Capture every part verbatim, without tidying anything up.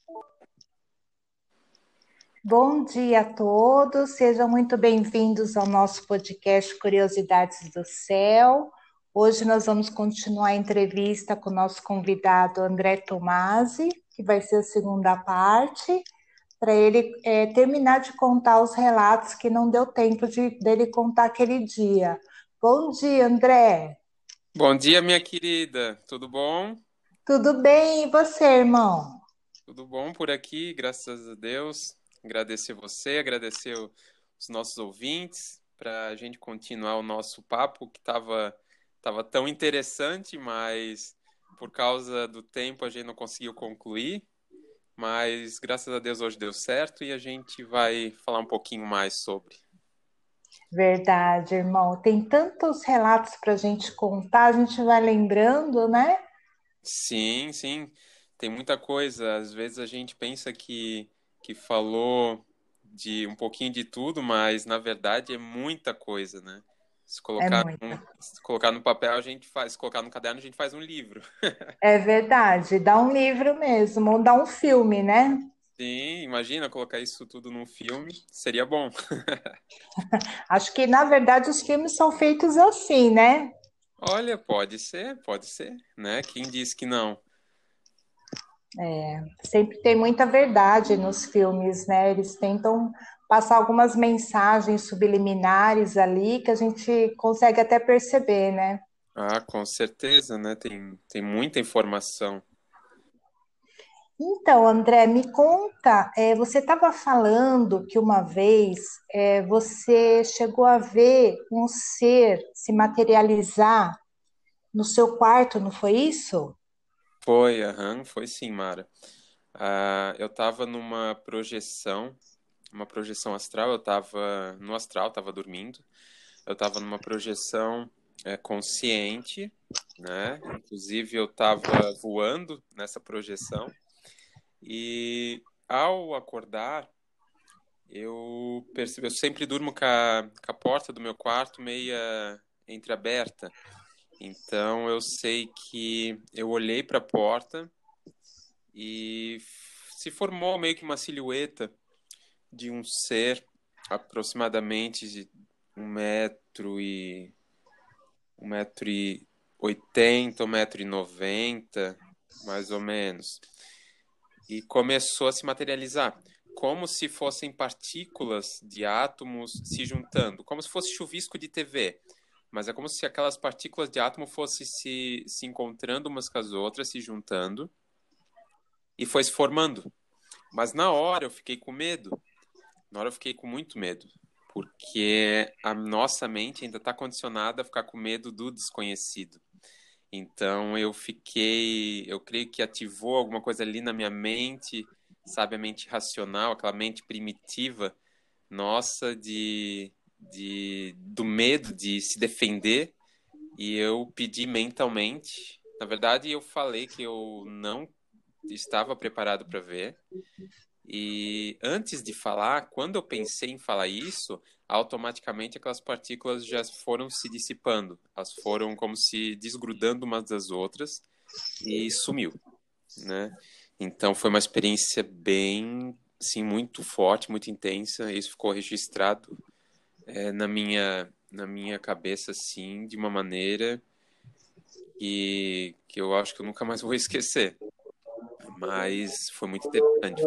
Bom dia a todos, sejam muito bem-vindos ao nosso podcast Curiosidades do Céu. Hoje nós vamos continuar a entrevista com o nosso convidado André Tomasi, que vai ser a segunda parte, para ele é, terminar de contar os relatos que não deu tempo de, dele contar aquele dia. Bom dia, André. Bom dia, minha querida. Tudo bom? Tudo bem, e você, irmão? Tudo bom por aqui, graças a Deus. Agradecer você, agradecer os nossos ouvintes para a gente continuar o nosso papo que estava tava tão interessante, mas por causa do tempo a gente não conseguiu concluir. Mas graças a Deus hoje deu certo e a gente vai falar um pouquinho mais sobre. Verdade, irmão. Tem tantos relatos para a gente contar, a gente vai lembrando, né? Sim, sim, tem muita coisa. Às vezes a gente pensa que, que falou de um pouquinho de tudo, mas na verdade é muita coisa, né? Se É colocar muita. num, se colocar no papel, a gente faz, se colocar no caderno, a gente faz um livro. É verdade, dá um livro mesmo, ou dá um filme, né? Sim, imagina colocar isso tudo num filme, seria bom. Acho que, na verdade, os filmes são feitos assim, né? Olha, pode ser, pode ser, né? Quem disse que não? Sempre tem muita verdade nos filmes, né? Eles tentam passar algumas mensagens subliminares ali que a gente consegue até perceber, né? Ah, com certeza, né? Tem, tem muita informação. Então, André, me conta, é, você estava falando que uma vez é, você chegou a ver um ser se materializar no seu quarto, não foi isso? Foi, aham, foi sim, Mara. Ah, eu estava numa projeção, uma projeção astral, eu estava no astral, estava dormindo, eu estava numa projeção é, consciente, né? Inclusive eu estava voando nessa projeção e ao acordar eu percebi, eu sempre durmo com a, com a porta do meu quarto meia entreaberta, então eu sei que eu olhei para a porta e se formou meio que uma silhueta de um ser aproximadamente de um metro e um metro e oitenta, um metro e noventa, mais ou menos, e começou a se materializar, como se fossem partículas de átomos se juntando, como se fosse chuvisco de T V. Mas é como se aquelas partículas de átomo fossem se, se encontrando umas com as outras, se juntando, e foi se formando. Mas na hora eu fiquei com medo. Na hora eu fiquei com muito medo, porque a nossa mente ainda está condicionada a ficar com medo do desconhecido. Então eu fiquei, eu creio que ativou alguma coisa ali na minha mente, sabe, a mente racional, aquela mente primitiva nossa de, de do medo de se defender, e eu pedi mentalmente. Na verdade, eu falei que eu não estava preparado para ver. E antes de falar, quando eu pensei em falar isso, automaticamente aquelas partículas já foram se dissipando. Elas foram como se desgrudando umas das outras e sumiu, né? Então foi uma experiência bem, assim, muito forte, muito intensa. Isso ficou registrado é, na minha na minha cabeça, assim, de uma maneira que, que eu acho que eu nunca mais vou esquecer. Mas foi muito interessante.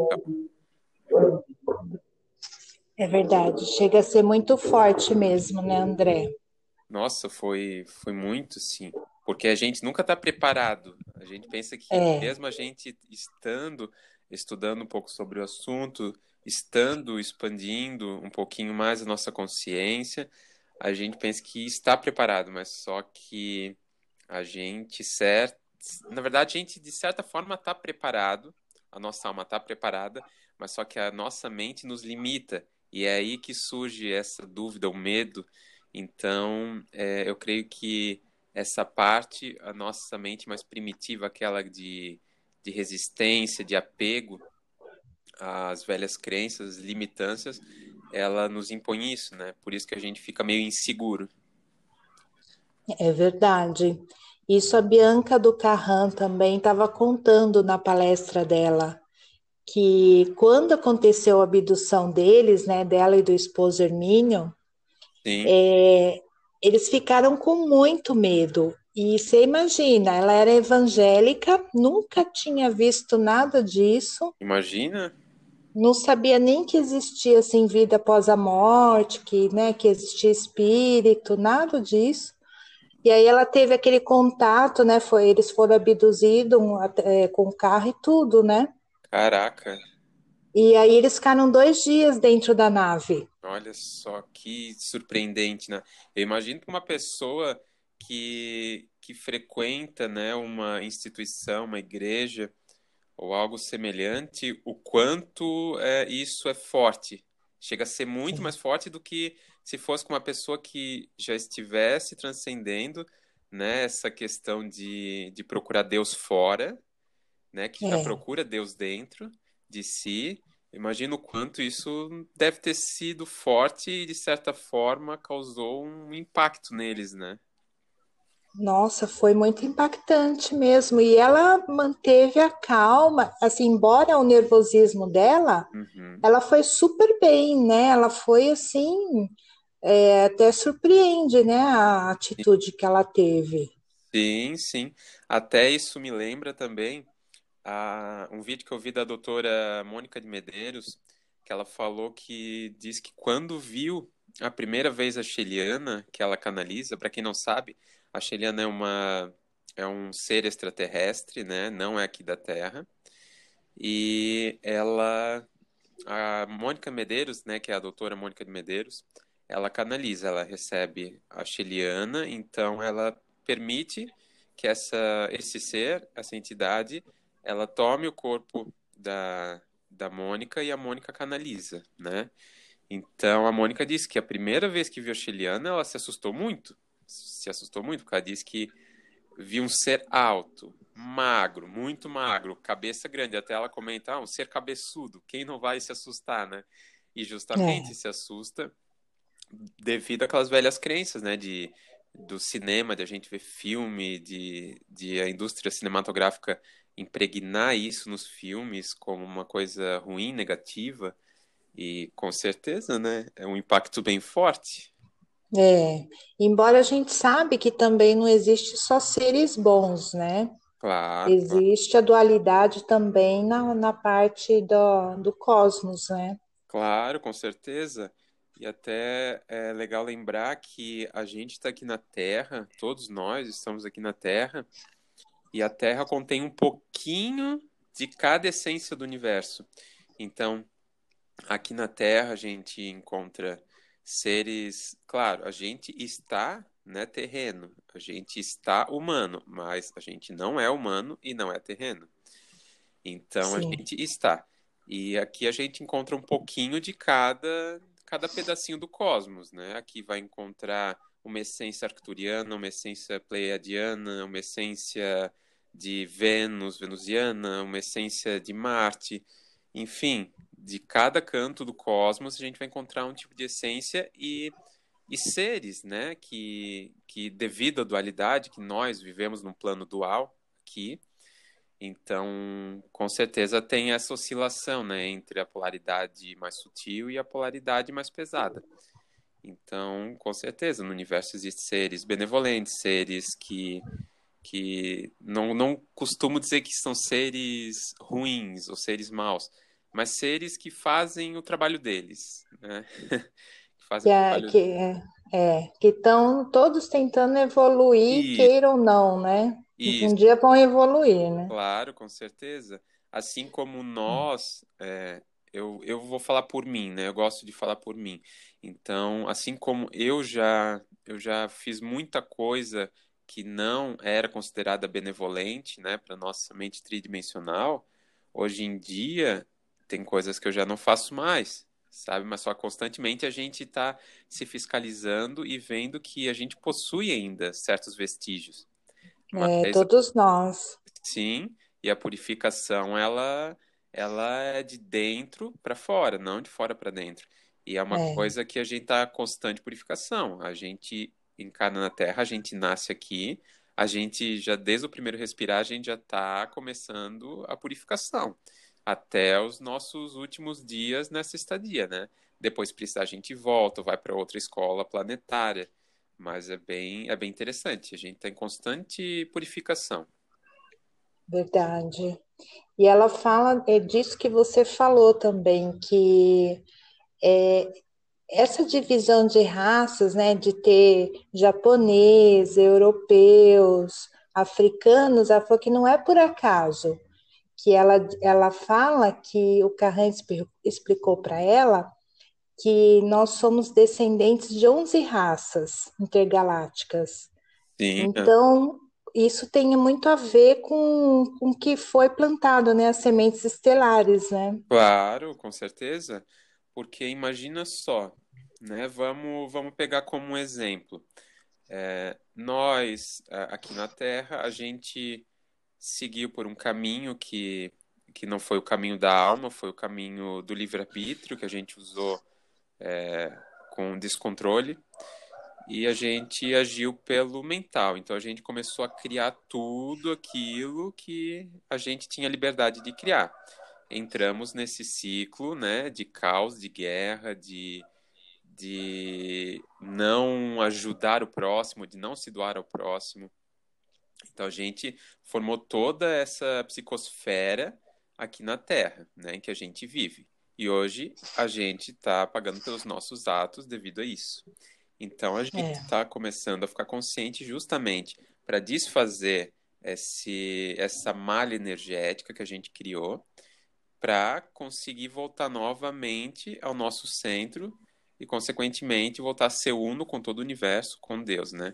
É verdade, chega a ser muito forte mesmo, né, André? Nossa, foi, foi muito, sim. Porque a gente nunca está preparado. A gente pensa que É, mesmo a gente estando, estudando um pouco sobre o assunto, estando expandindo um pouquinho mais a nossa consciência, a gente pensa que está preparado, mas só que a gente, certo, na verdade, a gente de certa forma está preparado, a nossa alma está preparada, mas só que a nossa mente nos limita. E é aí que surge essa dúvida, o medo. Então, é, eu creio que essa parte, a nossa mente mais primitiva, aquela de, de resistência, de apego às velhas crenças, limitâncias, ela nos impõe isso, né? Por isso que a gente fica meio inseguro. é verdade. Isso a Bianca do Carran também estava contando na palestra dela. que quando aconteceu a abdução deles, né, dela e do esposo Hermínio, Sim, é, eles ficaram com muito medo. E você imagina, ela era evangélica, nunca tinha visto nada disso, imagina. não sabia nem que existia assim vida após a morte, que, né, que existia espírito, nada disso. E aí ela teve aquele contato, né? Foi, eles foram abduzidos um, é, com o carro e tudo, né? Caraca, E aí eles ficaram dois dias dentro da nave. olha só que surpreendente, né? Eu imagino que uma pessoa que, que frequenta, né, uma instituição, uma igreja ou algo semelhante, o quanto é, isso é forte. Chega a ser muito mais forte do que se fosse com uma pessoa que já estivesse transcendendo, né, essa questão de, de procurar Deus fora, né, que já É. procura Deus dentro de si. Imagino o quanto isso deve ter sido forte e, de certa forma, causou um impacto neles, né? Nossa, foi muito impactante mesmo. E ela manteve a calma, assim, embora o nervosismo dela, Uhum. ela foi super bem, né? Ela foi assim, é, até surpreende, né? A atitude que ela teve. Sim, sim. Até isso me lembra também a, um vídeo que eu vi da doutora Mônica de Medeiros, que ela falou que diz que quando viu a primeira vez a Sheliana, que ela canaliza, para quem não sabe, a Sheliana é uma é um ser extraterrestre, né? Não é aqui da Terra. E ela, a Mônica Medeiros, né, que é a doutora Mônica de Medeiros, ela canaliza, ela recebe a Sheliana, então ela permite que essa, esse ser, essa entidade, ela tome o corpo da, da Mônica e a Mônica canaliza, né? Então a Mônica disse que a primeira vez que viu a Sheliana, ela se assustou muito, se assustou muito, porque ela disse que vi um ser alto, magro, muito magro, cabeça grande. Até ela comenta, ah, um ser cabeçudo, quem não vai se assustar, né? E justamente É. se assusta devido àquelas velhas crenças, né? De, do cinema, de a gente ver filme, de, de a indústria cinematográfica impregnar isso nos filmes como uma coisa ruim, negativa. E com certeza, né? É um impacto bem forte. É, embora a gente sabe que também não existe só seres bons, né? Claro, claro. Existe a dualidade também na, na parte do, do cosmos, né? Claro, com certeza. E até é legal lembrar que a gente está aqui na Terra, todos nós estamos aqui na Terra, e a Terra contém um pouquinho de cada essência do universo. Então, aqui na Terra a gente encontra seres, claro, a gente está, né, terreno, a gente está humano, mas a gente não é humano e não é terreno. Então a Sim. gente está. E aqui a gente encontra um pouquinho de cada, cada pedacinho do cosmos, né? Aqui vai encontrar uma essência arcturiana, uma essência pleiadiana, uma essência de Vênus, venusiana, uma essência de Marte, enfim, de cada canto do cosmos a gente vai encontrar um tipo de essência e, e seres, né? Que, que devido à dualidade que nós vivemos num plano dual aqui, então, com certeza tem essa oscilação, né, entre a polaridade mais sutil e a polaridade mais pesada. Então, com certeza, no universo existem seres benevolentes, seres que, que não, não costumo dizer que são seres ruins ou seres maus, mas seres que fazem o trabalho deles, né? Que fazem Que o é, trabalho. que é, é, que estão todos tentando evoluir, E queiram ou não, né? Um isso. dia vão evoluir, né? Claro, com certeza. Assim como nós, é, eu, eu vou falar por mim, né? Eu gosto de falar por mim. Então, assim como eu já, eu já fiz muita coisa que não era considerada benevolente, né, para nossa mente tridimensional, hoje em dia tem coisas que eu já não faço mais, sabe? Mas só constantemente a gente está se fiscalizando e vendo que a gente possui ainda certos vestígios. É, Mas todos nós. sim, e a purificação ela ela é de dentro para fora, não de fora para dentro. E é uma É, coisa que a gente tá constante purificação. A gente encarna na Terra, a gente nasce aqui, a gente já desde o primeiro respirar, a gente já está começando a purificação. até os nossos últimos dias nessa estadia, né? Depois, se precisar, a gente volta, vai para outra escola planetária. Mas é bem, é bem interessante. A gente está em constante purificação. Verdade. E ela fala, é disso que você falou também, que é, essa divisão de raças, né, de ter japoneses, europeus, africanos, ela falou que não é por acaso, que ela, ela fala que o Carran explicou para ela que nós somos descendentes de onze raças intergalácticas. Sim, é, Então, isso tem muito a ver com, com o que foi plantado, né, as sementes estelares, né? claro, com certeza. Porque imagina só, né? Vamos, vamos pegar como um exemplo. É, nós, a- aqui na Terra, a gente seguiu por um caminho que, que não foi o caminho da alma, foi o caminho do livre-arbítrio, que a gente usou é, com descontrole. E a gente agiu pelo mental. Então a gente começou a criar tudo aquilo que a gente tinha liberdade de criar. Entramos nesse ciclo, né, de caos, de guerra, de, de não ajudar o próximo, de não se doar ao próximo. Então a gente formou toda essa psicosfera aqui na Terra, né, em que a gente vive. E hoje a gente está pagando pelos nossos atos devido a isso. Então a gente É, está começando a ficar consciente justamente para desfazer esse, essa malha energética que a gente criou, para conseguir voltar novamente ao nosso centro e, consequentemente, voltar a ser uno com todo o universo, com Deus, né?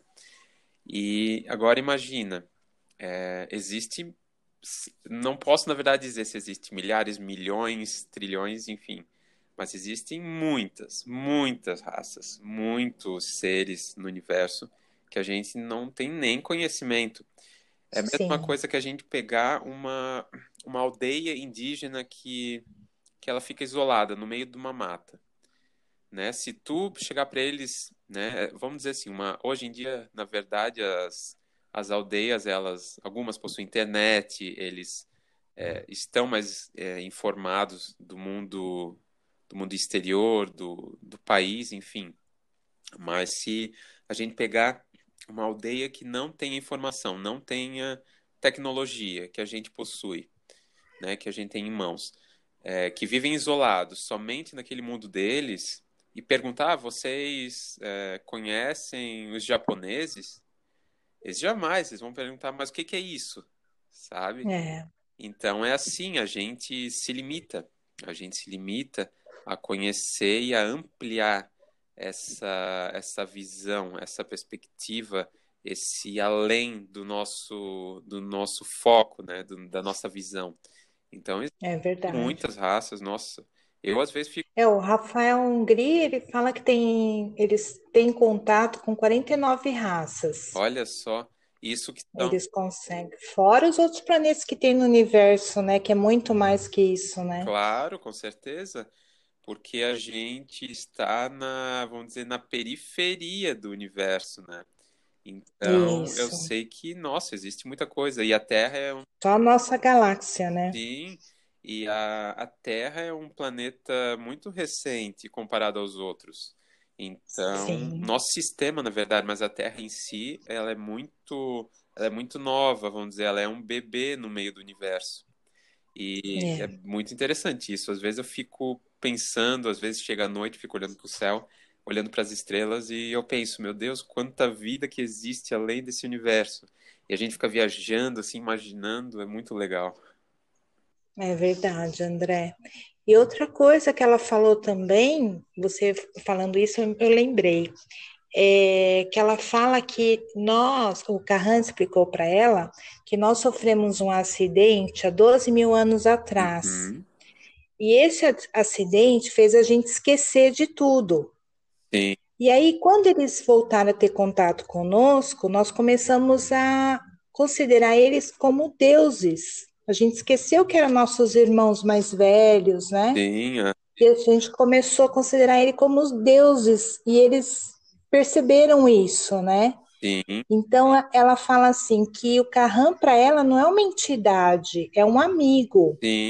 E agora imagina, é, existe, não posso na verdade dizer se existe milhares, milhões, trilhões, enfim, mas existem muitas, muitas raças, muitos seres no universo que a gente não tem nem conhecimento. É a mesma sim, coisa que a gente pegar uma, uma aldeia indígena que, que ela fica isolada no meio de uma mata, né? Se tu chegar para eles, né, vamos dizer assim, uma, hoje em dia, na verdade, as, as aldeias, elas, algumas possuem internet, eles é, estão mais é, informados do mundo, do mundo exterior, do, do país, enfim. Mas se a gente pegar uma aldeia que não tenha informação, não tenha tecnologia que a gente possui, né, que a gente tem em mãos, é, que vivem isolados somente naquele mundo deles, e perguntar: ah, vocês é, conhecem os japoneses? Eles jamais, eles vão perguntar: mas o que que é isso? Sabe? é, Então é assim, a gente se limita, a gente se limita a conhecer e a ampliar essa, essa visão, essa perspectiva, esse além do nosso, do nosso foco, né, do, da nossa visão. Então, existem é verdade. muitas raças, nossa. Eu às vezes fico, É, o Rafael Hungria, ele fala que tem, eles têm contato com quarenta e nove raças. olha só, isso que são, Eles conseguem. Fora os outros planetas que tem no universo, né? Que é muito mais que isso, né? claro, com certeza, porque a gente está na, vamos dizer, na periferia do universo, né? Então, eu Isso. sei que, nossa, existe muita coisa. E a Terra é um, Só a nossa galáxia, né? sim, e a, a Terra é um planeta muito recente comparado aos outros. Então, Sim. nosso sistema, na verdade, mas a Terra em si, ela é muito, ela é muito nova, vamos dizer, ela é um bebê no meio do universo. E é É. muito interessante isso. Às vezes eu fico pensando, às vezes chega à noite, fico olhando para o céu, olhando para as estrelas e eu penso, meu Deus, quanta vida que existe além desse universo. E a gente fica viajando, assim, imaginando, é muito legal. É verdade, André. E outra coisa que ela falou também, você falando isso, eu eu lembrei, é que ela fala que nós, o Carran explicou para ela, que nós sofremos um acidente há doze mil anos atrás. Uhum. E esse a- acidente fez a gente esquecer de tudo. Sim, E aí, quando eles voltaram a ter contato conosco, nós começamos a considerar eles como deuses. A gente esqueceu que eram nossos irmãos mais velhos, né? sim, ah, E a gente começou a considerar ele como os deuses, e eles perceberam isso, né? sim, Então ela fala assim que o Carran para ela não é uma entidade, é um amigo. sim,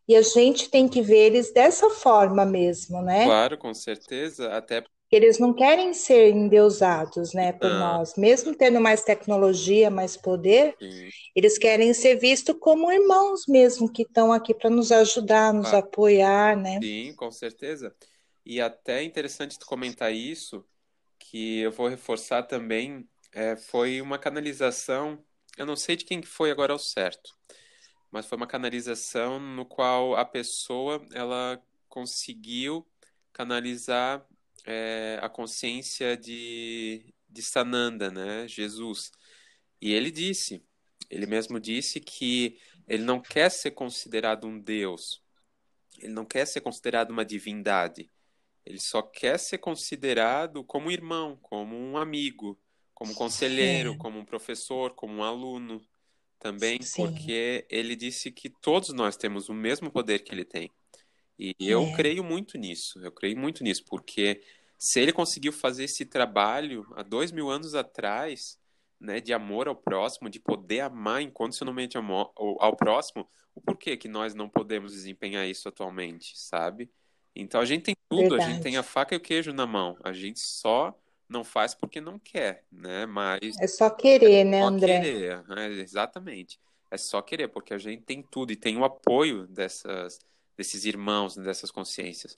E a gente tem que ver eles dessa forma mesmo, né? Claro, com certeza, até Eles não querem ser endeusados, né, por não, nós. Mesmo tendo mais tecnologia, mais poder, sim, eles querem ser vistos como irmãos mesmo, que estão aqui para nos ajudar, nos claro, apoiar, né? sim, com certeza. E até é interessante tu comentar isso, que eu vou reforçar também, é, foi uma canalização, eu não sei de quem que foi agora ao certo, mas foi uma canalização no qual a pessoa ela conseguiu canalizar é, a consciência de, de Sananda, né, Jesus. E ele disse, ele mesmo disse que ele não quer ser considerado um Deus, ele não quer ser considerado uma divindade, ele só quer ser considerado como um irmão, como um amigo, como um conselheiro, É, como um professor, como um aluno também, sim, porque ele disse que todos nós temos o mesmo poder que ele tem. E eu é creio muito nisso, eu creio muito nisso, porque se ele conseguiu fazer esse trabalho há dois mil anos atrás, né, de amor ao próximo, de poder amar incondicionalmente amo- ao, ao próximo, o porquê que nós não podemos desempenhar isso atualmente, sabe? Então a gente tem tudo, a gente tem a verdade. faca e o queijo na mão, a gente só não faz porque não quer, né? Mas É só querer, né, só André? querer, né? Exatamente. É só querer, porque a gente tem tudo e tem o apoio dessas, desses irmãos, né, dessas consciências.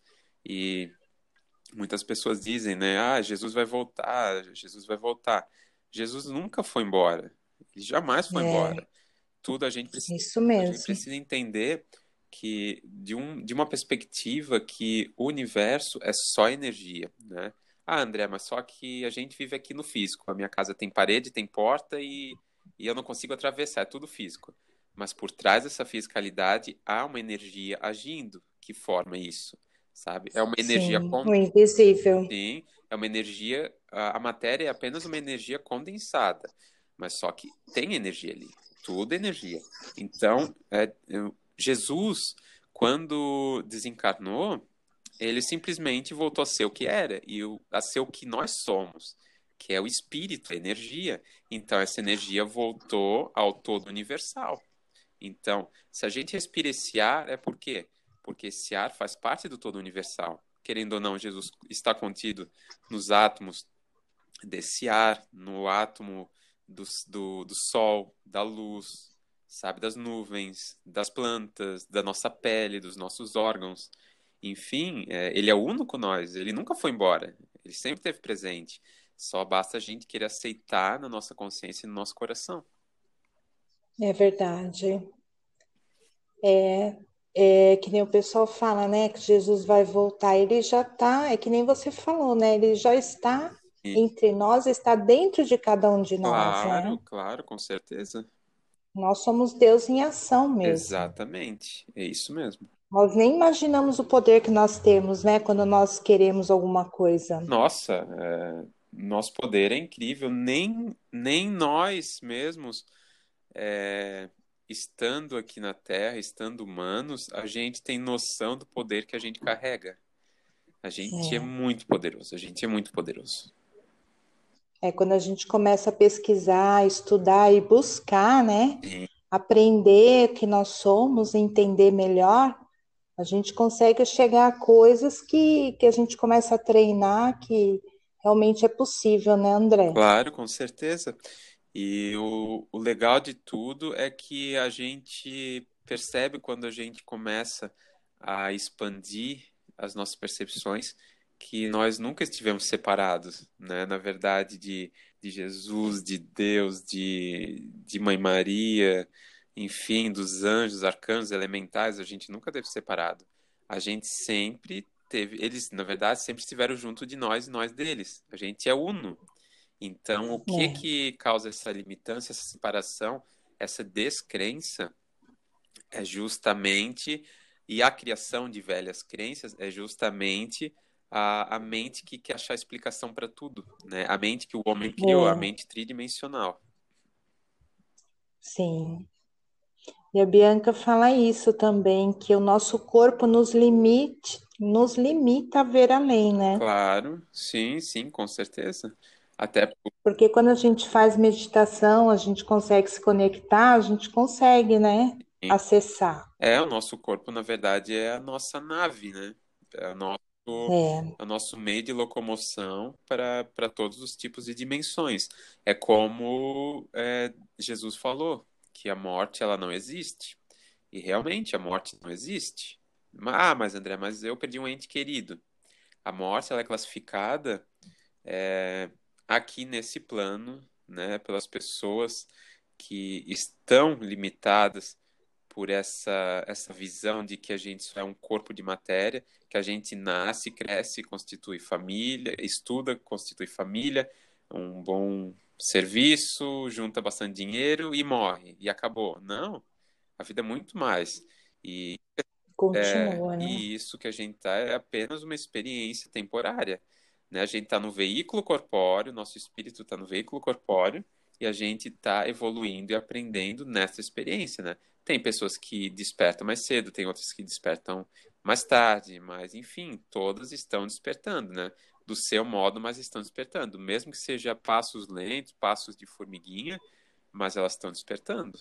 E muitas pessoas dizem, né? Ah, Jesus vai voltar, Jesus vai voltar. Jesus nunca foi embora. Ele jamais foi É, embora. Tudo a gente precisa, isso a gente mesmo. precisa entender que de um, de uma perspectiva que o universo é só energia, né? Ah, André, mas só que a gente vive aqui no físico. A minha casa tem parede, tem porta e, e eu não consigo atravessar, é tudo físico. Mas por trás dessa fisicalidade há uma energia agindo que forma isso, sabe? É uma energia Sim, o invisível. Sim, é uma energia, a, a matéria é apenas uma energia condensada, mas só que tem energia ali, tudo é energia. Então, é, eu- Jesus, quando desencarnou, ele simplesmente voltou a ser o que era e o- a ser o que nós somos, que é o espírito, a energia. Então, essa energia voltou ao todo universal. Então, se a gente respira esse ar, é por quê? Porque esse ar faz parte do todo universal. Querendo ou não, Jesus está contido nos átomos desse ar, no átomo do, do, do sol, da luz, sabe, das nuvens, das plantas, da nossa pele, dos nossos órgãos. Enfim, é, ele é único nós, ele nunca foi embora, ele sempre esteve presente. Só basta a gente querer aceitar na nossa consciência e no nosso coração. É verdade. É, é que nem o pessoal fala, né, que Jesus vai voltar. Ele já está, é que nem você falou, né? Ele já está E, entre nós, está dentro de cada um de nós, claro, né? claro, com certeza. Nós somos Deus em ação mesmo. Exatamente, é isso mesmo. Nós nem imaginamos o poder que nós temos, né, quando nós queremos alguma coisa. Nossa, é, nosso poder é incrível. Nem, nem nós mesmos, é, estando aqui na Terra, estando humanos, a gente tem noção do poder que a gente carrega. A gente é É, muito poderoso, a gente é muito poderoso. é quando a gente começa a pesquisar, estudar e buscar, né, Sim, aprender que nós somos, entender melhor, a gente consegue chegar a coisas que, que a gente começa a treinar, que realmente é possível, né, André? claro, com certeza. E o, o legal de tudo é que a gente percebe quando a gente começa a expandir as nossas percepções que nós nunca estivemos separados, né? Na verdade, de, de Jesus, de Deus, de, de Mãe Maria, enfim, dos anjos, arcanjos, elementais, a gente nunca teve separado. A gente sempre teve, eles, na verdade, sempre estiveram junto de nós e nós deles. A gente é uno. Então, o que É, que causa essa limitância, essa separação, essa descrença é justamente, e a criação de velhas crenças é justamente a, a mente que quer achar explicação para tudo, né? A mente que o homem criou, a é, mente tridimensional. sim. E a Bianca fala isso também, que o nosso corpo nos limite, nos limita a ver além, né? Claro, sim, sim, com certeza. Até Porque quando a gente faz meditação, a gente consegue se conectar, a gente consegue, né? acessar. É, o nosso corpo, na verdade, é a nossa nave, né? É o nosso, É, é o nosso meio de locomoção para para todos os tipos de dimensões. É como é, Jesus falou, que a morte ela não existe. E realmente a morte não existe. Ah, mas André, mas eu perdi um ente querido. A morte ela é classificada é, aqui nesse plano, né, pelas pessoas que estão limitadas por essa, essa visão de que a gente só é um corpo de matéria, que a gente nasce, cresce, constitui família, estuda, constitui família, um bom serviço, junta bastante dinheiro e morre, e acabou. Não, a vida é muito mais. E, é, continua, né? e isso que a gente está é apenas uma experiência temporária. Né? A gente está no veículo corpóreo, nosso espírito está no veículo corpóreo, e a gente está evoluindo e aprendendo nessa experiência, né? Tem pessoas que despertam mais cedo, tem outras que despertam mais tarde, mas enfim, todas estão despertando, né? Do seu modo, mas estão despertando, mesmo que seja passos lentos, passos de formiguinha, mas elas estão despertando.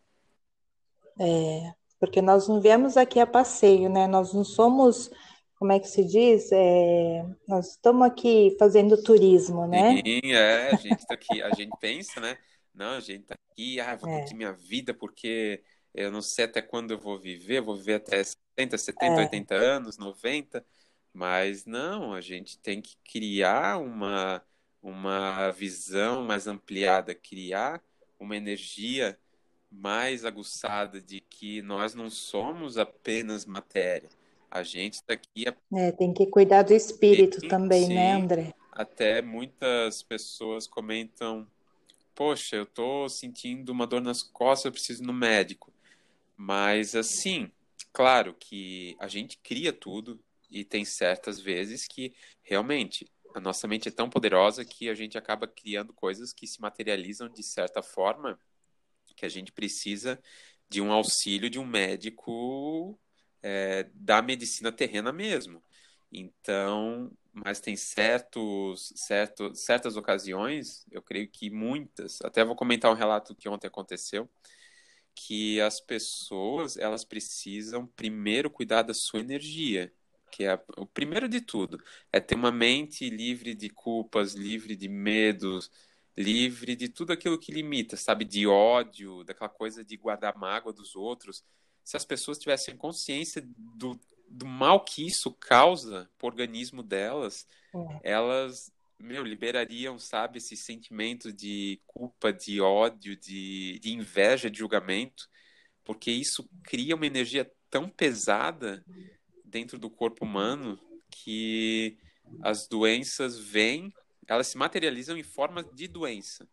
É, porque nós não viemos aqui a passeio, né? Nós não somos, como é que se diz? É, nós estamos aqui fazendo turismo, né? Sim, é, a gente tá aqui, a gente pensa, né? Não, a gente tá aqui, ah, vou curtir É, minha vida porque eu não sei até quando eu vou viver, eu vou viver até setenta, setenta, é, oitenta anos, noventa, mas não, a gente tem que criar uma, uma visão mais ampliada, criar uma energia mais aguçada de que nós não somos apenas matéria. A gente está aqui. é, tem que cuidar do espírito Sim, também, né, sim. André? Até muitas pessoas comentam: Poxa, eu tô sentindo uma dor nas costas, eu preciso ir no médico. Mas, assim, claro que a gente cria tudo e tem certas vezes que realmente a nossa mente é tão poderosa que a gente acaba criando coisas que se materializam de certa forma que a gente precisa de um auxílio de um médico é, da medicina terrena mesmo. Então, mas tem certos, certo, certas ocasiões, eu creio que muitas, até vou comentar um relato que ontem aconteceu, que as pessoas, elas precisam primeiro cuidar da sua energia, que é o primeiro de tudo, é ter uma mente livre de culpas, livre de medos, livre de tudo aquilo que limita, sabe, de ódio, daquela coisa de guardar mágoa dos outros. Se as pessoas tivessem consciência do, do mal que isso causa para o organismo delas, É, elas, meu, liberariam, sabe, esse sentimento de culpa, de ódio, de, de inveja, de julgamento, porque isso cria uma energia tão pesada dentro do corpo humano que as doenças vêm, elas se materializam em forma de doença.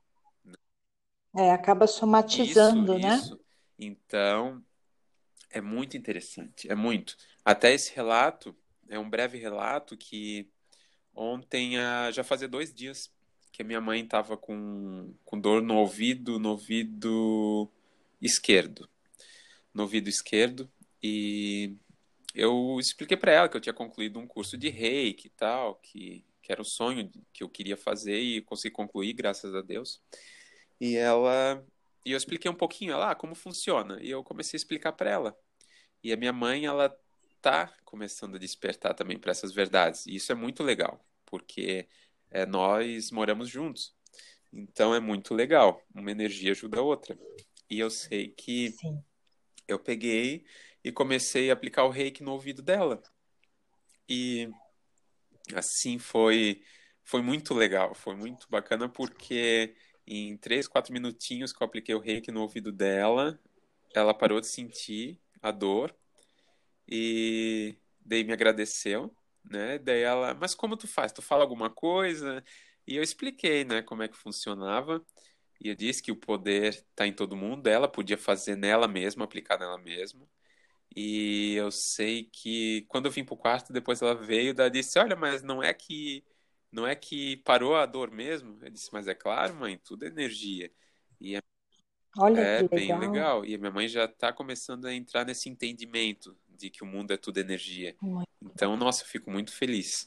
é, acaba Isso, somatizando, né? isso. Então, é muito interessante, é muito. Até esse relato, é um breve relato que ontem, ah, já fazia dois dias que a minha mãe estava com, com dor no ouvido, no ouvido esquerdo, no ouvido esquerdo, e eu expliquei para ela que eu tinha concluído um curso de reiki e tal, que, que era o sonho que eu queria fazer e consegui concluir, graças a Deus. E ela, e eu expliquei um pouquinho, ela, ah, como funciona, e eu comecei a explicar para ela. E a minha mãe, ela tá começando a despertar também para essas verdades. E isso é muito legal, porque é, nós moramos juntos. Então é muito legal. Uma energia ajuda a outra. E eu sei que Sim. eu peguei e comecei a aplicar o reiki no ouvido dela. E assim foi, foi muito legal, foi muito bacana, porque em três, quatro minutinhos que eu apliquei o reiki no ouvido dela, ela parou de sentir a dor e daí me agradeceu, né? Daí ela, mas como tu faz? Tu fala alguma coisa? E eu expliquei, né, como é que funcionava. E eu disse que o poder está em todo mundo, ela podia fazer nela mesma, aplicar nela mesma. E eu sei que quando eu vim pro quarto, depois ela veio, ela disse: "Olha, mas não é que não é que parou a dor mesmo?" Eu disse: "Mas é claro, mãe, tudo é energia." E é Olha é que bem legal. legal. E a minha mãe já está começando a entrar nesse entendimento de que o mundo é tudo energia. Então, nossa, eu fico muito feliz.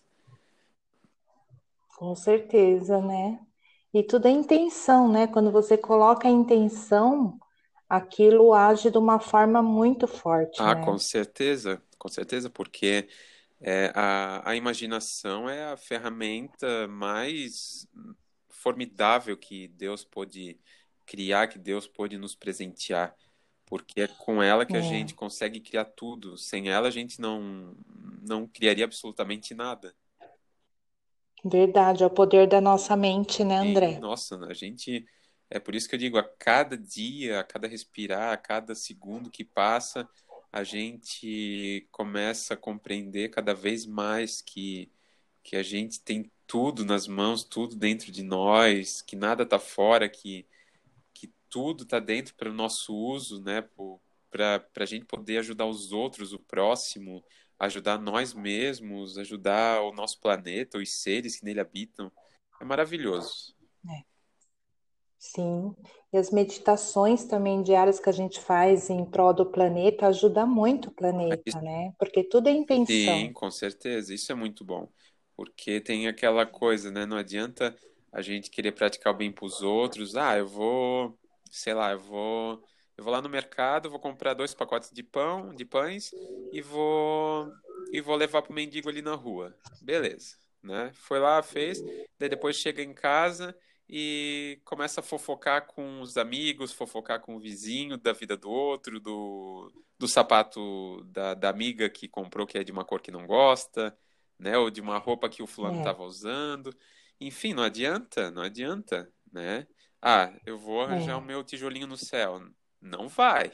Com certeza, né? E tudo é intenção, né? Quando você coloca a intenção, aquilo age de uma forma muito forte, Ah, né? com certeza, com certeza, porque é, a, a imaginação é a ferramenta mais formidável que Deus pôde criar, que Deus pôde nos presentear, porque é com ela que a gente É, consegue criar tudo. Sem ela, a gente não, não criaria absolutamente nada. verdade, é o poder da nossa mente, né, Sim, André? nossa, a gente. É por isso que eu digo, a cada dia, a cada respirar, a cada segundo que passa, a gente começa a compreender cada vez mais que, que a gente tem tudo nas mãos, tudo dentro de nós, que nada está fora, que, que tudo está dentro para o nosso uso, né? Para para a gente poder ajudar os outros, o próximo, ajudar nós mesmos, ajudar o nosso planeta, os seres que nele habitam. É maravilhoso. É, sim. E as meditações também diárias que a gente faz em prol do planeta ajuda muito o planeta, né? Porque tudo é Sim, intenção. com certeza. Isso é muito bom. Porque tem aquela coisa, né? Não adianta a gente querer praticar o bem para os outros. Ah, eu vou, sei lá, eu vou, eu vou lá no mercado, vou comprar dois pacotes de pão, de pães e vou e vou levar pro mendigo ali na rua. Beleza, né? Foi lá, fez, daí depois chega em casa e começa a fofocar com os amigos, fofocar com o vizinho da vida do outro, do do sapato da, da amiga que comprou que é de uma cor que não gosta, né? Ou de uma roupa que o fulano É, estava usando. Enfim, não adianta, não adianta, né? Ah, eu vou arranjar o é. meu tijolinho no céu. Não vai.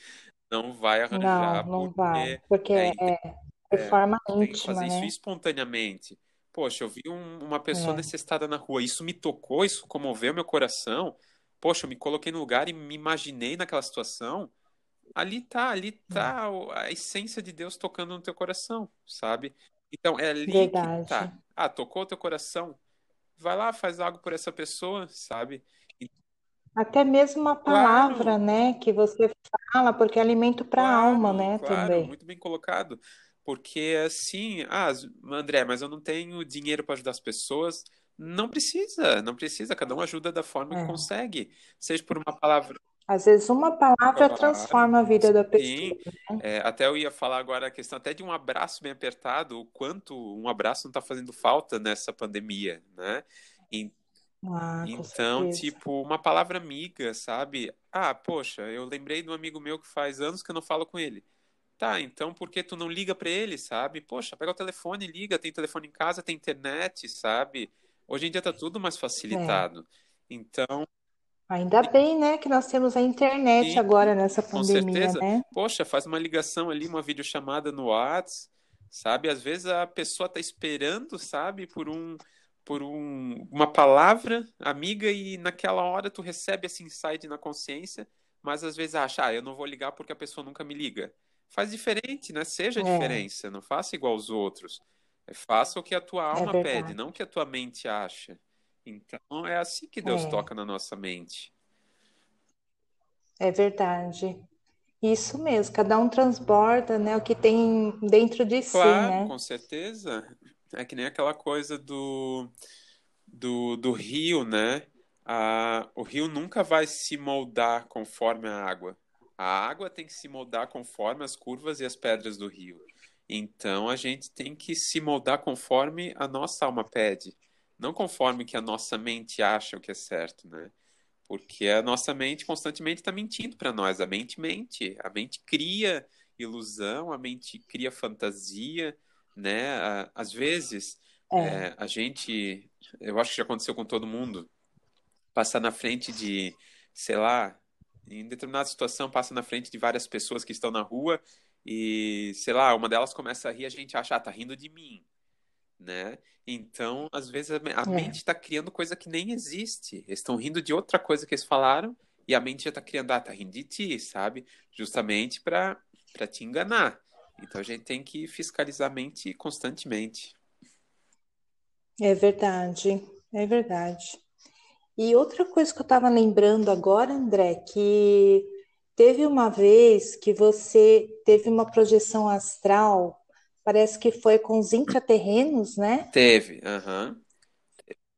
Não vai Não, arranjar não vai. porque Porque é, em é de é, forma tu tem que fazer íntima, isso né? espontaneamente. Poxa, eu vi um- uma pessoa É. necessitada na rua, isso me tocou, isso comoveu meu coração. Poxa, eu me coloquei no lugar e me imaginei naquela situação. Ali tá, ali tá o- a essência de Deus tocando no teu coração, sabe? Então é ali que Verdade. tá. Ah, tocou o teu coração? Vai lá, faz algo por essa pessoa, sabe? E, Até mesmo uma palavra, claro, né, que você fala, porque é alimento para a alma, claro, né, claro, também. muito bem colocado. Porque assim, ah, André, mas eu não tenho dinheiro para ajudar as pessoas. Não precisa, não precisa, cada um ajuda da forma que É. consegue. Seja por uma palavra. Às vezes uma palavra Claro, transforma a vida da sim. pessoa. É, até eu ia falar agora a questão até de um abraço bem apertado, o quanto um abraço não está fazendo falta nessa pandemia, né? En- Ah, com Então, certeza. tipo, uma palavra amiga, sabe? Ah, poxa, eu lembrei de um amigo meu que faz anos que eu não falo com ele. Tá, então por que tu não liga para ele, sabe? Poxa, pega o telefone, e liga, tem telefone em casa, tem internet, sabe? Hoje em dia tá tudo mais É. facilitado. Então, Ainda bem, né, que nós temos a internet sim, agora nessa com pandemia, certeza. né? Poxa, faz uma ligação ali, uma videochamada no Whats, sabe? Às vezes a pessoa tá esperando, sabe, por um, por um, uma palavra amiga e naquela hora tu recebe esse insight na consciência, mas às vezes acha, ah, eu não vou ligar porque a pessoa nunca me liga. Faz diferente, né? Seja a É, diferença, não faça igual aos outros. É, faça o que a tua é alma pede, verdade. não o que a tua mente acha. Então é assim que Deus É, toca na nossa mente. é verdade. Isso mesmo, cada um transborda, né, o que tem dentro de si, Claro, né? com certeza. É que nem aquela coisa do, do, do rio, né? A, o rio nunca vai se moldar conforme a água. A água tem que se moldar conforme as curvas e as pedras do rio. Então a gente tem que se moldar conforme a nossa alma pede, não conforme que a nossa mente acha o que é certo, né? Porque a nossa mente constantemente está mentindo para nós. A mente mente, a mente cria ilusão, a mente cria fantasia, né? A- Às vezes, É, é, a gente, eu acho que já aconteceu com todo mundo, passar na frente de, sei lá, em determinada situação, passa na frente de várias pessoas que estão na rua e, sei lá, uma delas começa a rir, a gente acha, ah, tá rindo de mim, né? Então, às vezes a me- a mente é, está criando coisa que nem existe. Eles estão rindo de outra coisa que eles falaram e a mente já está criando, ah, tá rindo de ti, sabe? Justamente para para te enganar. Então a gente tem que fiscalizar a mente constantemente. é verdade, é verdade. E outra coisa que eu estava lembrando agora, André, que teve uma vez que você teve uma projeção astral, parece que foi com os intraterrenos, né? Teve, aham.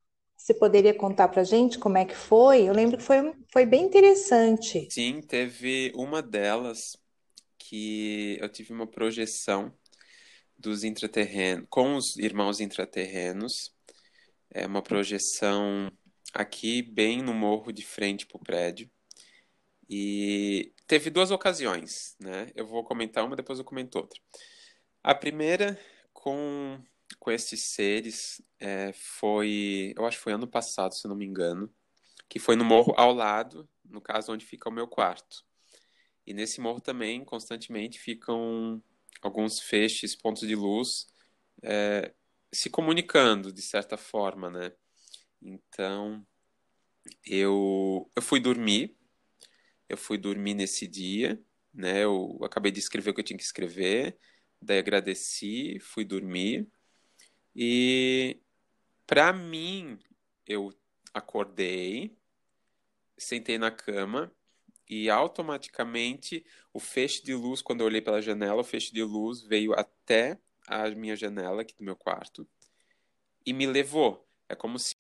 Você poderia contar para a gente como é que foi? Eu lembro que foi, foi bem interessante. Sim, teve uma delas que eu tive uma projeção dos intraterrenos, com os irmãos intraterrenos. É uma projeção aqui, bem no morro de frente para o prédio. E teve duas ocasiões, né? Eu vou comentar uma, depois eu comento outra. A primeira, com, com esses seres, é, foi, eu acho que foi ano passado, se eu não me engano, que foi no morro ao lado, no caso onde fica o meu quarto. E nesse morro também, constantemente, ficam alguns feixes, pontos de luz, é, se comunicando, de certa forma, né? Então, eu, eu fui dormir, eu fui dormir nesse dia, né? Eu acabei de escrever o que eu tinha que escrever, daí agradeci, fui dormir. E, para mim, eu acordei, sentei na cama e automaticamente o feixe de luz, quando eu olhei pela janela, o feixe de luz veio até a minha janela aqui do meu quarto e me levou. É como se.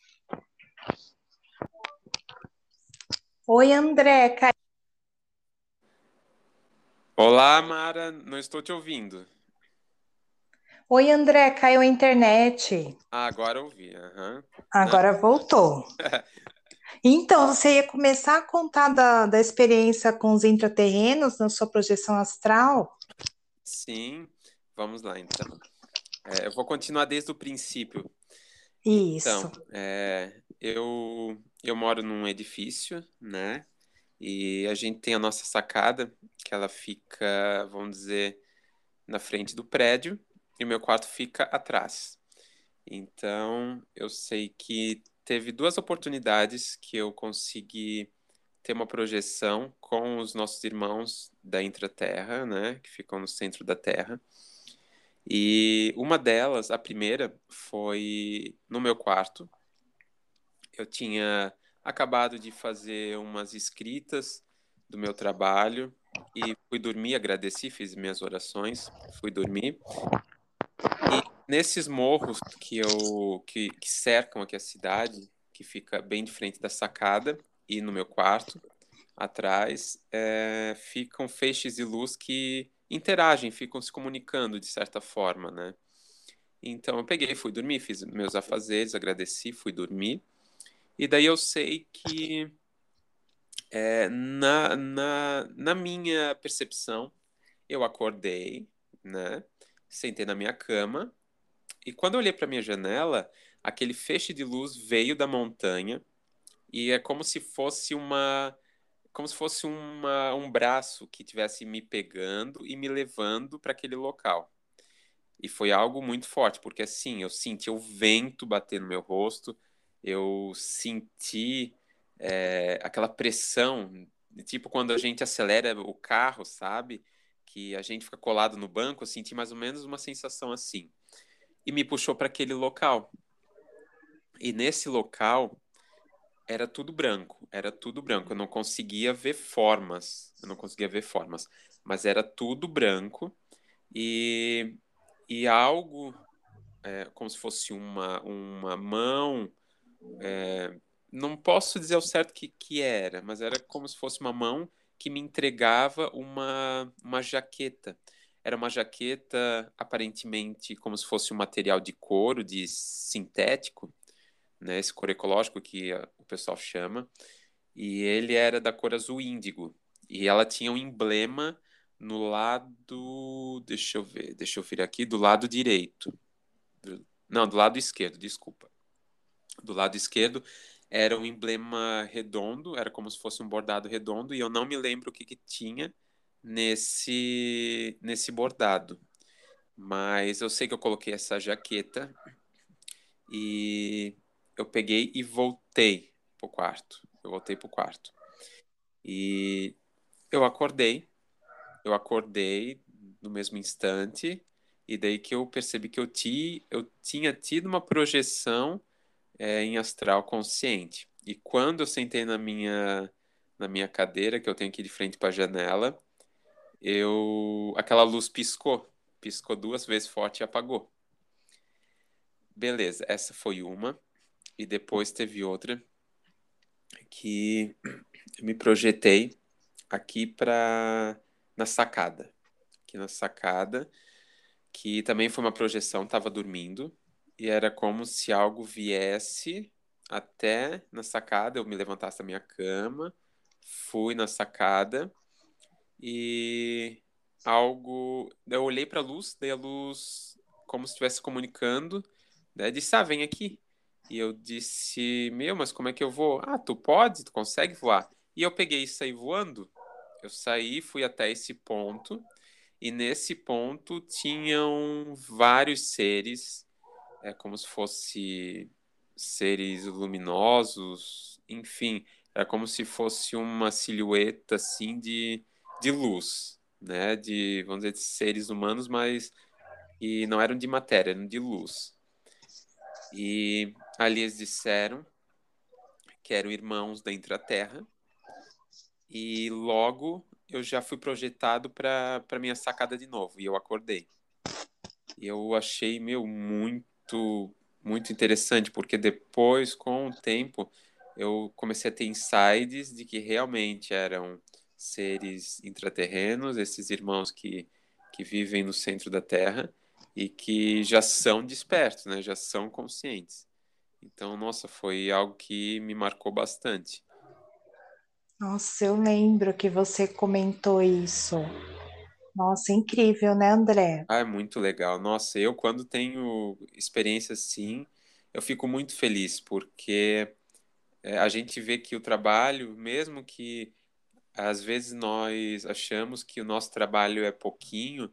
Oi, André. Ca- Olá, Mara, não estou te ouvindo. Oi, André, caiu a internet. Ah, agora ouvi. Aham. Não. Agora voltou. Então, você ia começar a contar da, da experiência com os intraterrenos na sua projeção astral? Sim, vamos lá então. É, eu vou continuar desde o princípio. Isso. Então, é, eu, eu moro num edifício, né? E a gente tem a nossa sacada, que ela fica, vamos dizer, na frente do prédio, e o meu quarto fica atrás. Então, eu sei que teve duas oportunidades que eu consegui ter uma projeção com os nossos irmãos da Intraterra, né, que ficam no centro da Terra. E uma delas, a primeira, foi no meu quarto. Eu tinha acabado de fazer umas escritas do meu trabalho e fui dormir, agradeci, fiz minhas orações, fui dormir. E nesses morros que eu que, que cercam aqui a cidade, que fica bem de frente da sacada e no meu quarto, atrás, é, ficam feixes de luz que interagem, ficam se comunicando de certa forma, né? Então eu peguei, fui dormir, fiz meus afazeres, agradeci, fui dormir. E daí eu sei que é, na, na, na minha percepção, eu acordei, né? Sentei na minha cama e quando eu olhei para minha janela, aquele feixe de luz veio da montanha e é como se fosse uma como se fosse uma, um braço que tivesse me pegando e me levando para aquele local. E foi algo muito forte, porque assim, eu senti o vento bater no meu rosto, eu senti é, aquela pressão, tipo quando a gente acelera o carro, sabe? Que a gente fica colado no banco, eu senti mais ou menos uma sensação assim. E me puxou para aquele local. E nesse local era tudo branco, era tudo branco. Eu não conseguia ver formas, eu não conseguia ver formas, mas era tudo branco e, e algo é, como se fosse uma, uma mão. é, não posso dizer ao certo que, que era, mas era como se fosse uma mão que me entregava uma, uma jaqueta. Era uma jaqueta aparentemente como se fosse um material de couro, de sintético, né, esse couro ecológico que a- o pessoal chama, e ele era da cor azul índigo. E ela tinha um emblema no lado, deixa eu ver, deixa eu ver aqui, do lado direito. Do- não, do lado esquerdo, desculpa. Do lado esquerdo era um emblema redondo, era como se fosse um bordado redondo, e eu não me lembro o que que tinha nesse nesse bordado. Mas eu sei que eu coloquei essa jaqueta e eu peguei e voltei pro quarto. Eu voltei pro quarto. E eu acordei, eu acordei no mesmo instante, e daí que eu percebi que eu, ti, eu tinha tido uma projeção é, em astral consciente. E quando eu sentei na minha, na minha cadeira, que eu tenho aqui de frente para a janela, eu, aquela luz piscou, piscou duas vezes forte e apagou. Beleza, essa foi uma. e depois teve outra que eu me projetei aqui para na sacada. Aqui na sacada, que também foi uma projeção, estava dormindo, e era como se algo viesse até na sacada, eu me levantasse da minha cama, fui na sacada e algo. Eu olhei para a luz, daí a luz, como se estivesse comunicando, né? Disse: Ah, vem aqui. E eu disse: Meu, mas como é que eu vou? Ah, tu pode? Tu consegue voar? E eu peguei e saí voando. Eu saí, fui até esse ponto, e nesse ponto tinham vários seres, é como se fosse seres luminosos, enfim, era como se fosse uma silhueta assim de, de luz, né? De, vamos dizer, de seres humanos, mas que não eram de matéria, eram de luz. E ali eles disseram que eram irmãos dentre a Terra, e logo eu já fui projetado para para minha sacada de novo, e eu acordei. E eu achei, meu, muito, muito interessante, porque depois, com o tempo, eu comecei a ter insights de que realmente eram seres intraterrenos, esses irmãos que, que vivem no centro da Terra e que já são despertos, né? Já são conscientes. Então, nossa, foi algo que me marcou bastante. Nossa, eu lembro que você comentou isso. Nossa, incrível, né, André? Ah, é muito legal. Nossa, eu quando tenho experiência assim, eu fico muito feliz, porque é, a gente vê que o trabalho, mesmo que às vezes nós achamos que o nosso trabalho é pouquinho,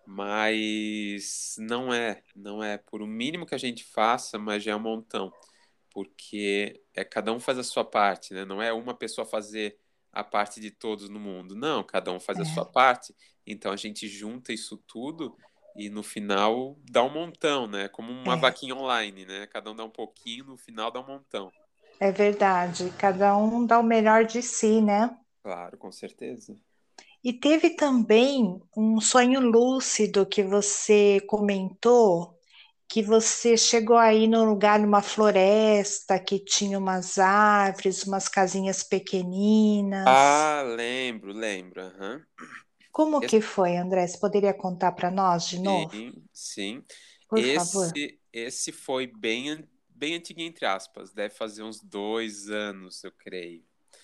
mas não é, não é. Por o mínimo que a gente faça, mas já é um montão, porque é cada um faz a sua parte, né? Não é uma pessoa fazer a parte de todos no mundo. Não, cada um faz a sua É, parte. Então a gente junta isso tudo e no final dá um montão, né? Como uma é, vaquinha online, né? Cada um dá um pouquinho, no final dá um montão. é verdade. Cada um dá o melhor de si, né? Claro, com certeza. E teve também um sonho lúcido que você comentou, que você chegou aí num lugar, numa floresta, que tinha umas árvores, umas casinhas pequeninas. Ah, lembro, lembro. Aham. Como Esse- que foi, André? Você poderia contar para nós de novo? Sim, sim. Por favor. Esse, esse foi bem, an- bem antiguo, entre aspas. Deve fazer uns dois anos, eu creio.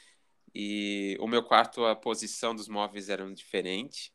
E o meu quarto, a posição dos móveis era diferente.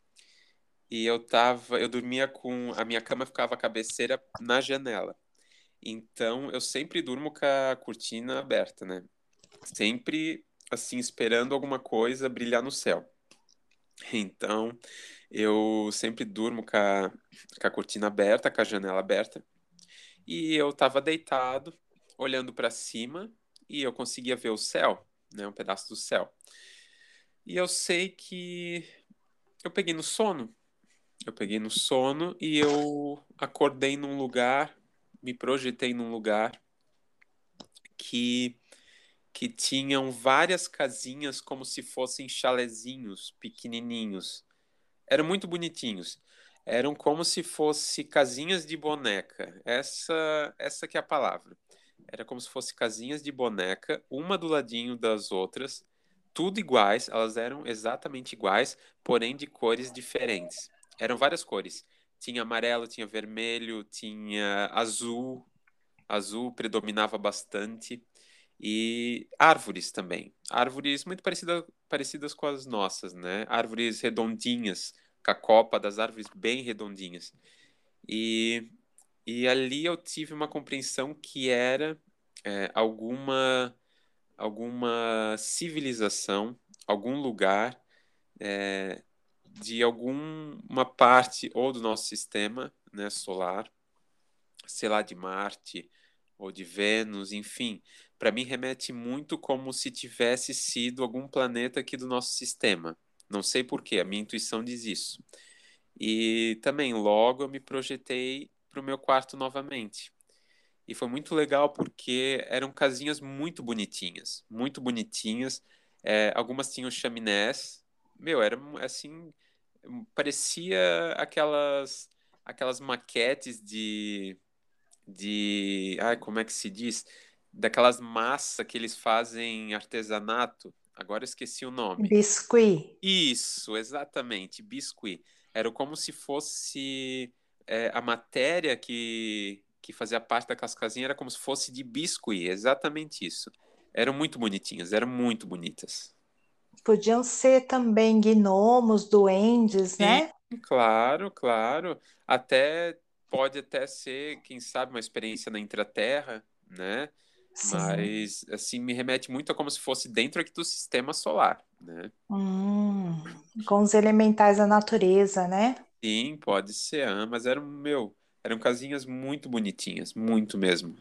E eu tava, eu dormia com, a minha cama ficava a cabeceira na janela. Então eu sempre durmo com a cortina aberta, né? Sempre assim esperando alguma coisa brilhar no céu. Então, eu sempre durmo com a, com a cortina aberta, com a janela aberta. E eu estava deitado, olhando para cima, e eu conseguia ver o céu, né, um pedaço do céu. E eu sei que eu peguei no sono. Eu peguei no sono e eu acordei num lugar, me projetei num lugar que que tinham várias casinhas como se fossem chalezinhos pequenininhos. Eram muito bonitinhos. Eram como se fosse casinhas de boneca. Essa, essa que é a palavra. Era como se fosse casinhas de boneca, uma do ladinho das outras, tudo iguais, elas eram exatamente iguais, porém de cores diferentes. Eram várias cores. Tinha amarelo, tinha vermelho, tinha azul. Azul predominava bastante. E árvores também. Árvores muito parecida, parecidas com as nossas, né? Árvores redondinhas, com a copa das árvores bem redondinhas. E, e ali eu tive uma compreensão que era é, alguma, alguma civilização, algum lugar é, de alguma parte ou do nosso sistema, né, solar, sei lá, de Marte ou de Vênus, enfim, para mim remete muito como se tivesse sido algum planeta aqui do nosso sistema. Não sei por quê, a minha intuição diz isso. E também logo eu me projetei para o meu quarto novamente. E foi muito legal porque eram casinhas muito bonitinhas, muito bonitinhas. É, algumas tinham chaminés. Meu, era assim, parecia aquelas aquelas maquetes de de, ai, como é que se diz? daquelas massas que eles fazem artesanato. Agora eu esqueci o nome. Biscuit. Isso, exatamente, biscuit. Era como se fosse é, a matéria que, que fazia parte da cascazinha era como se fosse de biscuit, exatamente isso. Eram muito bonitinhas, eram muito bonitas. Podiam ser também gnomos, duendes, Sim, né? claro, claro. Até pode até ser, quem sabe, uma experiência na Intraterra, né? Sim. Mas assim me remete muito a como se fosse dentro aqui do sistema solar, né? Hum, com os elementais da natureza, né? Sim, pode ser, ah, mas eram, meu, eram casinhas muito bonitinhas, muito mesmo.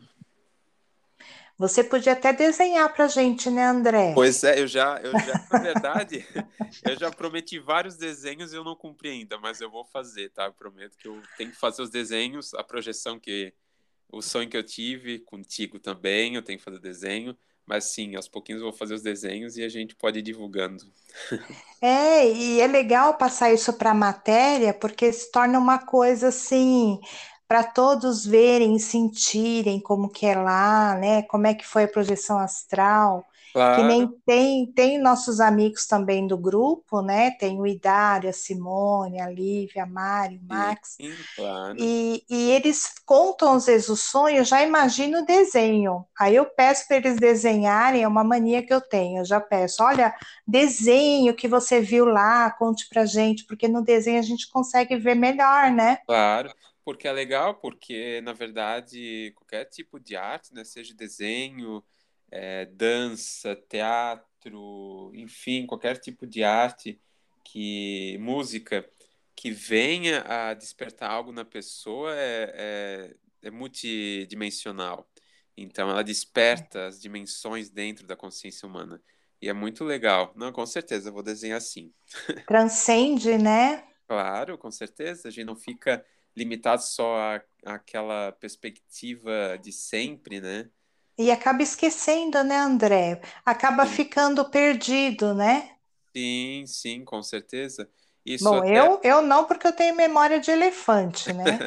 Você podia até desenhar pra gente, né, André? Pois é, eu já, eu já, na verdade, eu já prometi vários desenhos e eu não cumpri ainda, mas eu vou fazer, tá? Eu prometo que eu tenho que fazer os desenhos, a projeção que, o sonho que eu tive contigo também, eu tenho que fazer desenho, mas sim, aos pouquinhos eu vou fazer os desenhos e a gente pode ir divulgando. É, e é legal passar isso para a matéria, porque se torna uma coisa assim, para todos verem e sentirem como que é lá, né? Como é que foi a projeção astral. Que nem Claro, tem, tem nossos amigos também do grupo, né? Tem o Idário, a Simone, a Lívia, a Mari, o Max. sim, claro, E, e eles contam às vezes o sonho, eu já imagino o desenho. Aí eu peço para eles desenharem, é uma mania que eu tenho. Eu já peço, olha, desenho que você viu lá, conte pra gente, porque no desenho a gente consegue ver melhor, né? claro, porque é legal, porque na verdade qualquer tipo de arte, né, seja desenho, é, dança, teatro, enfim, qualquer tipo de arte que música que venha a despertar algo na pessoa é, é, é multidimensional. Então ela desperta as dimensões dentro da consciência humana. E é muito legal. Não, com certeza, eu vou desenhar assim. Transcende, né? Claro, com certeza. A gente não fica limitado só à, àquela perspectiva de sempre, né? E acaba esquecendo, né, André? Acaba Sim, ficando perdido, né? sim, sim, com certeza. Isso Bom, até. eu, eu não, porque eu tenho memória de elefante, né?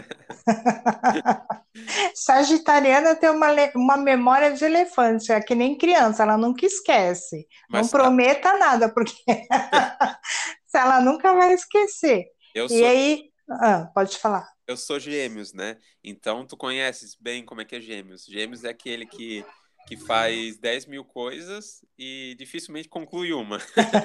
Sagitariana tem uma, le- uma memória de elefante, é que nem criança, ela nunca esquece. Não Mas tá, prometa nada, porque se ela nunca vai esquecer. eu E sou, aí, ah, pode falar. eu sou gêmeos, né? Então tu conheces bem como é que é gêmeos. Gêmeos é aquele que, que faz dez mil coisas e dificilmente conclui uma.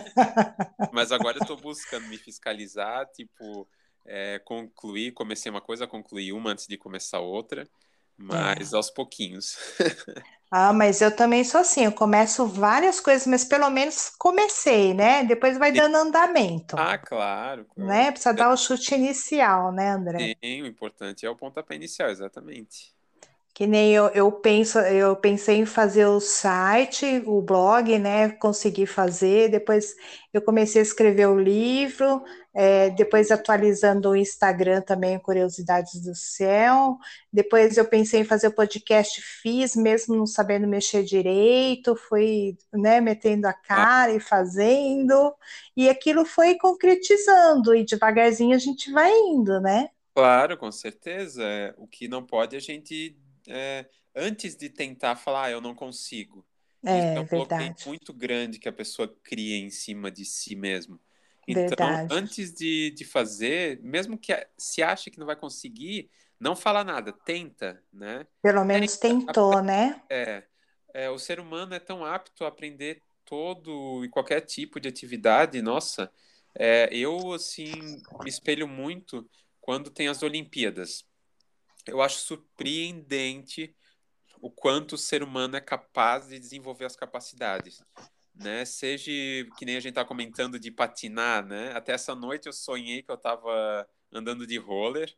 Mas agora eu tô buscando me fiscalizar, tipo, é, concluir, comecei uma coisa, concluir uma antes de começar outra, É. mas aos pouquinhos. Ah, mas eu também sou assim, eu começo várias coisas, mas pelo menos comecei, né? Depois vai dando andamento, Ah, claro, claro. né? Precisa dar o chute inicial, né, André? Sim, o importante é o pontapé inicial, exatamente. Que nem eu, eu penso, eu pensei em fazer o site, o blog, né? Consegui fazer. Depois eu comecei a escrever o livro, é, depois atualizando o Instagram também, Curiosidades do Céu. Depois eu pensei em fazer o podcast, fiz, mesmo não sabendo mexer direito, fui, né, metendo a Ah, cara e fazendo, e aquilo foi concretizando, e devagarzinho a gente vai indo, né? claro, com certeza. É, o que não pode a gente, é, antes de tentar falar, ah, eu não consigo. Isso é É um bloqueio verdade, muito grande que a pessoa cria em cima de si mesmo. Então, verdade. antes de, de fazer, mesmo que a- se ache que não vai conseguir, não fala nada, tenta, né? Pelo menos tentou, né? É, é, o ser humano é tão apto a aprender todo e qualquer tipo de atividade. Nossa, é, eu assim me espelho muito quando tem as Olimpíadas. Eu acho surpreendente o quanto o ser humano é capaz de desenvolver as capacidades, né? Seja que nem a gente tá comentando de patinar, né? Até essa noite eu sonhei que eu estava andando de roller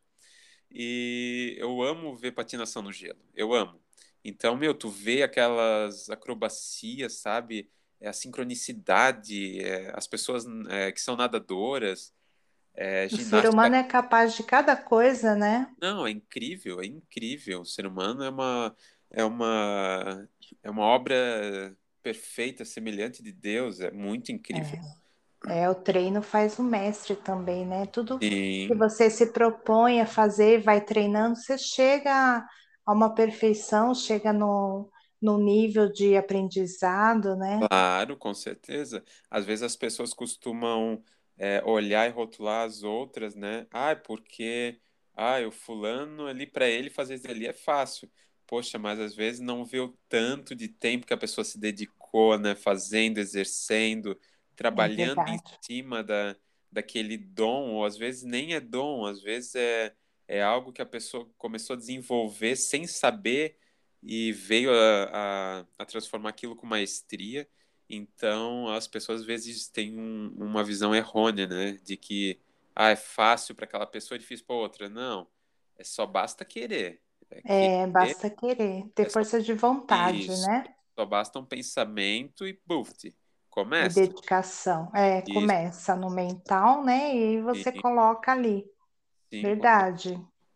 e eu amo ver patinação no gelo. Eu amo. Então, meu, tu vê aquelas acrobacias, sabe? É, a sincronicidade, é, as pessoas é, que são nadadoras, é, O ser ginástica. humano é capaz de cada coisa, né? Não, é incrível, é incrível. O ser humano é uma, é uma, é uma obra perfeita, semelhante de Deus. É muito incrível. É, o treino faz o mestre também, né? Tudo que Sim, você se propõe a fazer, vai treinando, você chega a uma perfeição, chega no, no nível de aprendizado, né? Claro, com certeza. Às vezes as pessoas costumam é, olhar e rotular as outras, né? Ah, porque ah, o fulano ali para ele fazer isso ali é fácil. Poxa, mas às vezes não vê o tanto de tempo que a pessoa se dedicou, né? Fazendo, exercendo, É trabalhando em verdade. cima da, daquele dom, ou às vezes nem é dom, às vezes é, é algo que a pessoa começou a desenvolver sem saber e veio a, a, a transformar aquilo com maestria. Então, as pessoas às vezes têm um- uma visão errônea, né? De que ah, é fácil para aquela pessoa e difícil para outra. Não, é só basta querer. É É, querer, basta querer, ter é só força de vontade, isso. né? Só basta um pensamento e buf, E começa. dedicação. É, Isso, começa no mental, né? E aí você sim, coloca ali. sim, com Verdade.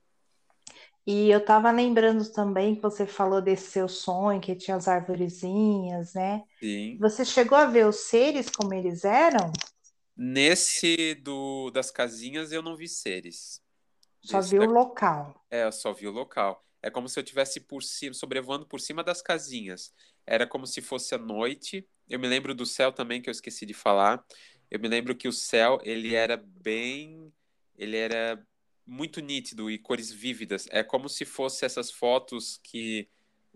E eu estava lembrando também que você falou desse seu sonho, que tinha as arvorezinhas, né? sim. Você chegou a ver os seres como eles eram? Nesse do das casinhas eu não vi seres. Só Desse viu o local. É, eu só vi o local. É como se eu tivesse por cima, sobrevoando por cima das casinhas. Era como se fosse a noite. Eu me lembro do céu também, que eu esqueci de falar. Eu me lembro que o céu, ele era bem, ele era muito nítido e cores vívidas. É como se fosse essas fotos que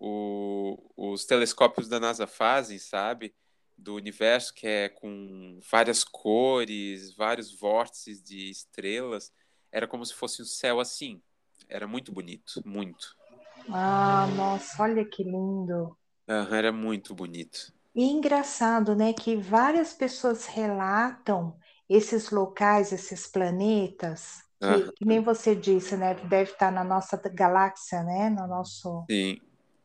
o- os telescópios da NASA fazem, sabe? Do universo, que é com várias cores, vários vórtices de estrelas. Era como se fosse um céu assim. Era muito bonito, muito. Ah, nossa, olha que lindo. Aham, era muito bonito. E engraçado, né, que várias pessoas relatam esses locais, esses planetas, que, Aham, que nem você disse, né, deve estar na nossa galáxia, né, no nosso, sim.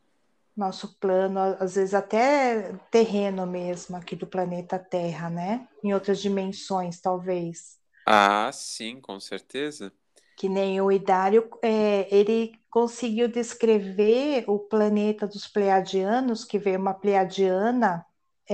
nosso plano, às vezes até terreno mesmo, aqui do planeta Terra, né, em outras dimensões, talvez. Ah, sim, com certeza. Que nem o Hidário, é, ele conseguiu descrever o planeta dos Pleiadianos, que veio uma Pleiadiana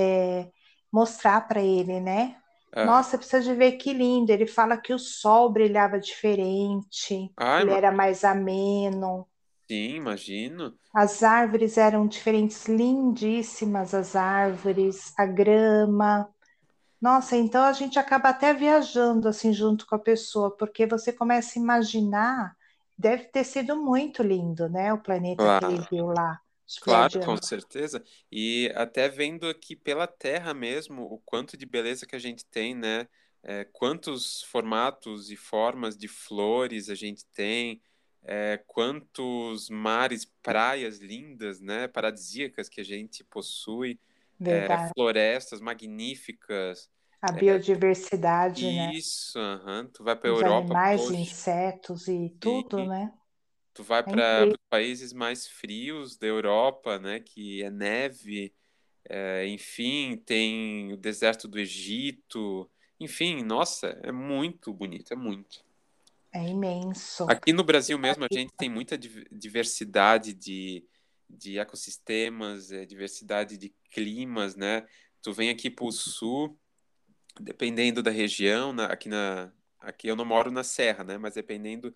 é, mostrar para ele, né? Aham. Nossa, precisa de ver que lindo. Ele fala que o sol brilhava diferente, Ah, ele ima- era mais ameno, sim, imagino. as árvores eram diferentes, lindíssimas as árvores, a grama. Nossa, então a gente acaba até viajando assim junto com a pessoa, porque você começa a imaginar, deve ter sido muito lindo, né? O planeta que ele Claro, viu lá, os claro, com pleiadianos. certeza. E até vendo aqui pela Terra mesmo, o quanto de beleza que a gente tem, né? É, quantos formatos e formas de flores a gente tem, é, quantos mares, praias lindas, né? Paradisíacas que a gente possui, é, Verdade. florestas magníficas. A biodiversidade, né? Isso, aham. Tu vai para Os Europa, animais, poxa, insetos e sim. tudo, né? Tu vai É para incrível. os países mais frios da Europa, né? Que é neve, é, enfim, tem o deserto do Egito. Enfim, nossa, é muito bonito, é muito. É imenso. Aqui no Brasil mesmo, a gente tem muita div- diversidade de, de ecossistemas, é, diversidade de climas, né? Tu vem aqui para o sul, dependendo da região, na- aqui na, aqui eu não moro na serra, né? Mas dependendo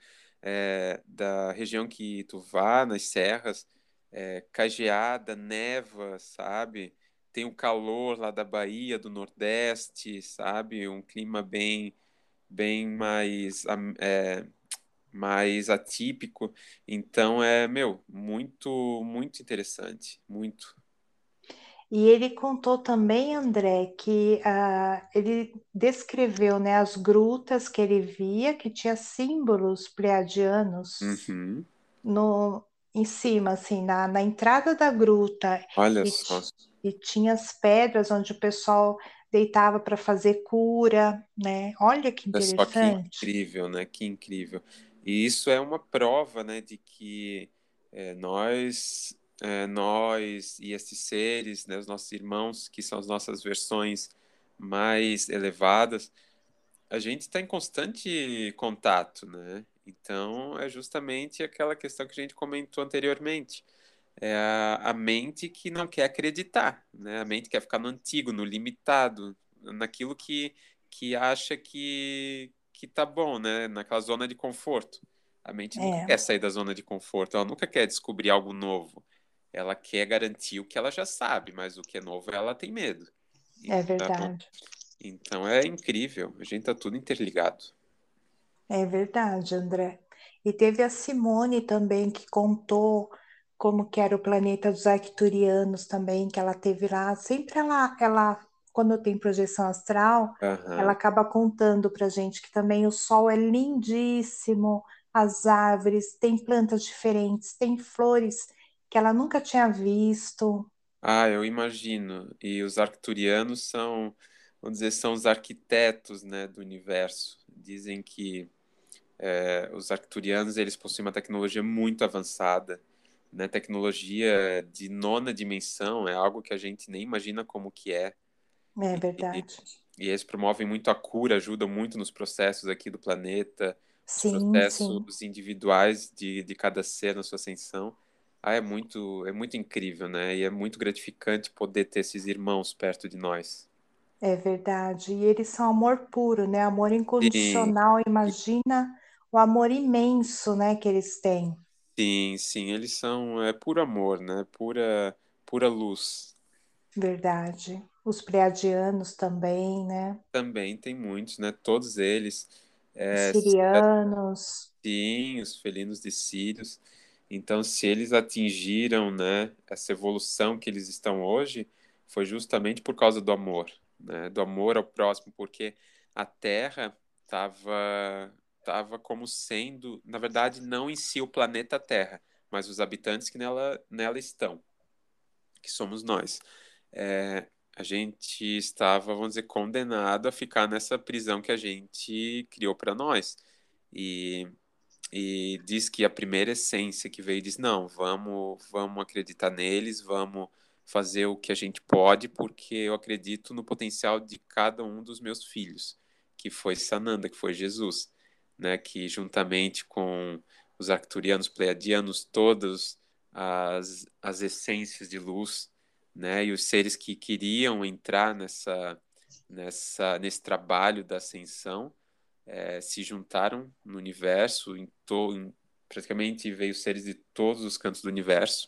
é, da região que tu vá, nas serras, é, cageada, neva, sabe? Tem o calor lá da Bahia, do Nordeste, sabe? Um clima bem, bem mais, am- é, mais atípico. Então é, meu, muito, muito interessante, muito. E ele contou também, André, que ah, ele descreveu, né, as grutas que ele via, que tinha símbolos pleiadianos Uhum. no, em cima, assim, na, na entrada da gruta, Olha e, só. ti- e tinha as pedras onde o pessoal deitava para fazer cura, né? Olha que Olha só que interessante. incrível, né? Que incrível. E isso é uma prova, né, de que é, nós, é, nós e esses seres, né, os nossos irmãos, que são as nossas versões mais elevadas, a gente está em constante contato, né? Então, é justamente aquela questão que a gente comentou anteriormente. É a, a mente que não quer acreditar, né? A mente quer ficar no antigo, no limitado, naquilo que, que acha que, que tá bom, né? Naquela zona de conforto. A mente nunca É, quer sair da zona de conforto, ela nunca quer descobrir algo novo. ela quer garantir o que ela já sabe, mas o que é novo ela tem medo. É Então, verdade. então é incrível, a gente tá tudo interligado. É verdade, André. E teve a Simone também que contou como que era o planeta dos arcturianos também, que ela teve lá. Sempre ela, ela quando tem projeção astral, ela Aham. acaba contando pra gente que também o sol é lindíssimo, as árvores, tem plantas diferentes, tem flores que ela nunca tinha visto. Ah, eu imagino. E os arcturianos são, vamos dizer, são os arquitetos, né, do universo. Dizem que é, os arcturianos eles possuem uma tecnologia muito avançada, né? Tecnologia de nona dimensão é algo que a gente nem imagina como que é. É E, verdade. e eles promovem muito a cura, ajudam muito nos processos aqui do planeta, os Sim, sim. processos individuais de, de cada ser na sua ascensão. Ah, é muito, é muito incrível, né? E é muito gratificante poder ter esses irmãos perto de nós. É verdade. E eles são amor puro, né? Amor Sim, incondicional. Imagina o amor imenso, né, que eles têm. sim, sim, eles são é puro amor, né? Pura, pura luz. Verdade. Os pleiadianos também, né? Também tem muitos, né? Todos eles, Os é, sirianos. sim, os felinos de Sírios. Então, se eles atingiram, né, essa evolução que eles estão hoje, foi justamente por causa do amor, né? Do amor ao próximo, porque a Terra estava tava como sendo, na verdade, não em si o planeta Terra, mas os habitantes que nela, nela estão, que somos nós. É, a gente estava, vamos dizer, condenado a ficar nessa prisão que a gente criou para nós. E, e diz que a primeira essência que veio diz: não, vamos, vamos acreditar neles, vamos fazer o que a gente pode, porque eu acredito no potencial de cada um dos meus filhos, que foi Sananda, que foi Jesus, né? Que juntamente com os arcturianos, pleiadianos, todas as, as essências de luz, né? E os seres que queriam entrar nessa, nessa, nesse trabalho da ascensão eh, se juntaram no universo, em to, em, praticamente veio seres de todos os cantos do universo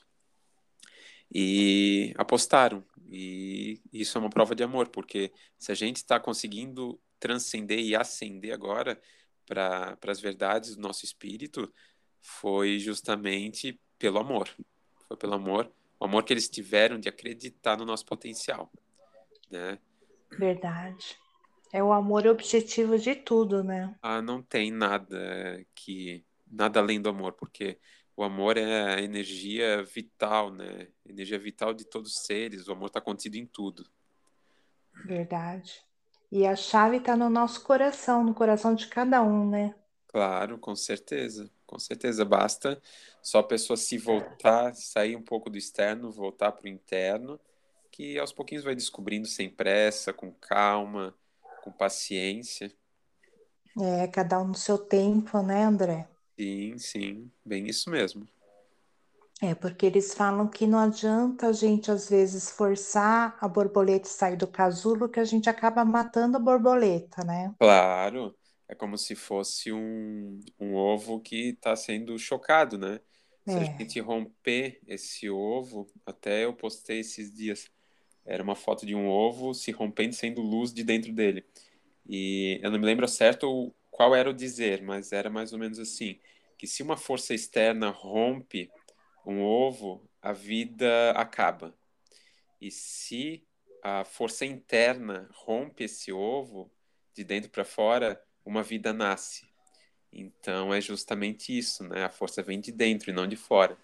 e apostaram. E isso é uma prova de amor, porque se a gente está conseguindo transcender e ascender agora para as verdades do nosso espírito, foi justamente pelo amor. Foi pelo amor, o amor que eles tiveram de acreditar no nosso potencial, né? Verdade. É o amor objetivo de tudo, né? Ah, não tem nada que nada além do amor, porque o amor é a energia vital, né? Energia vital de todos os seres. O amor está contido em tudo. Verdade. E a chave está no nosso coração, no coração de cada um, né? Claro, com certeza, com certeza. Basta só a pessoa se voltar, sair um pouco do externo, voltar para o interno, que aos pouquinhos vai descobrindo sem pressa, com calma, com paciência. É, cada um no seu tempo, né, André? Sim, sim, bem isso mesmo. É, porque eles falam que não adianta a gente, às vezes, forçar a borboleta sair do casulo, que a gente acaba matando a borboleta, né? Claro, é como se fosse um, um ovo que está sendo chocado, né? Se a É, gente romper esse ovo, até eu postei esses dias, era uma foto de um ovo se rompendo, sendo luz de dentro dele. E eu não me lembro certo o- qual era o dizer, mas era mais ou menos assim, que se uma força externa rompe um ovo, a vida acaba. E se a força interna rompe esse ovo, de dentro para fora, uma vida nasce. Então é justamente isso, né? A força vem de dentro e não de fora.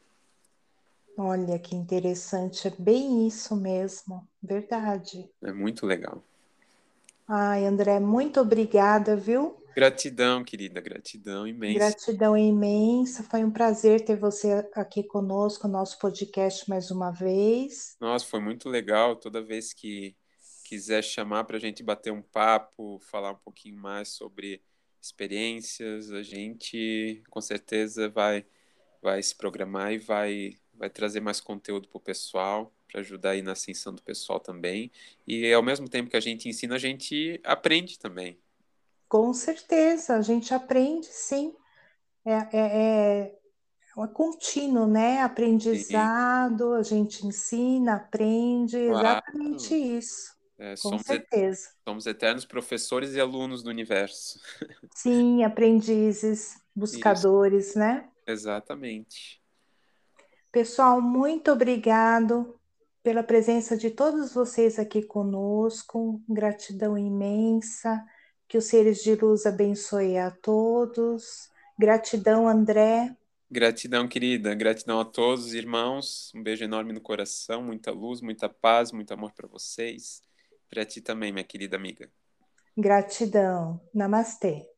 olha que interessante, é bem isso mesmo, verdade. É muito legal. Ai, André, muito obrigada, viu? Gratidão, querida, gratidão imensa. Gratidão imensa, foi um prazer ter você aqui conosco, no nosso podcast mais uma vez. Nossa, foi muito legal. Toda vez que quiser chamar para a gente bater um papo, falar um pouquinho mais sobre experiências, a gente com certeza vai vai se programar e vai, vai trazer mais conteúdo para o pessoal, para ajudar aí na ascensão do pessoal também. E ao mesmo tempo que a gente ensina, a gente aprende também. Com certeza, a gente aprende, sim. É, é, é é contínuo, né? Sim, Aprendizado, a gente ensina, aprende, exatamente claro. isso, É, com somos, et- certeza. somos eternos professores e alunos do universo. Sim, aprendizes, Isso, buscadores, né? exatamente. Pessoal, muito obrigado pela presença de todos vocês aqui conosco. Gratidão imensa. Que os seres de luz abençoe a todos. Gratidão, André. Gratidão, querida. Gratidão a todos, irmãos. Um beijo enorme no coração, muita luz, muita paz, muito amor para vocês. Para ti também, minha querida amiga. Gratidão. Namastê.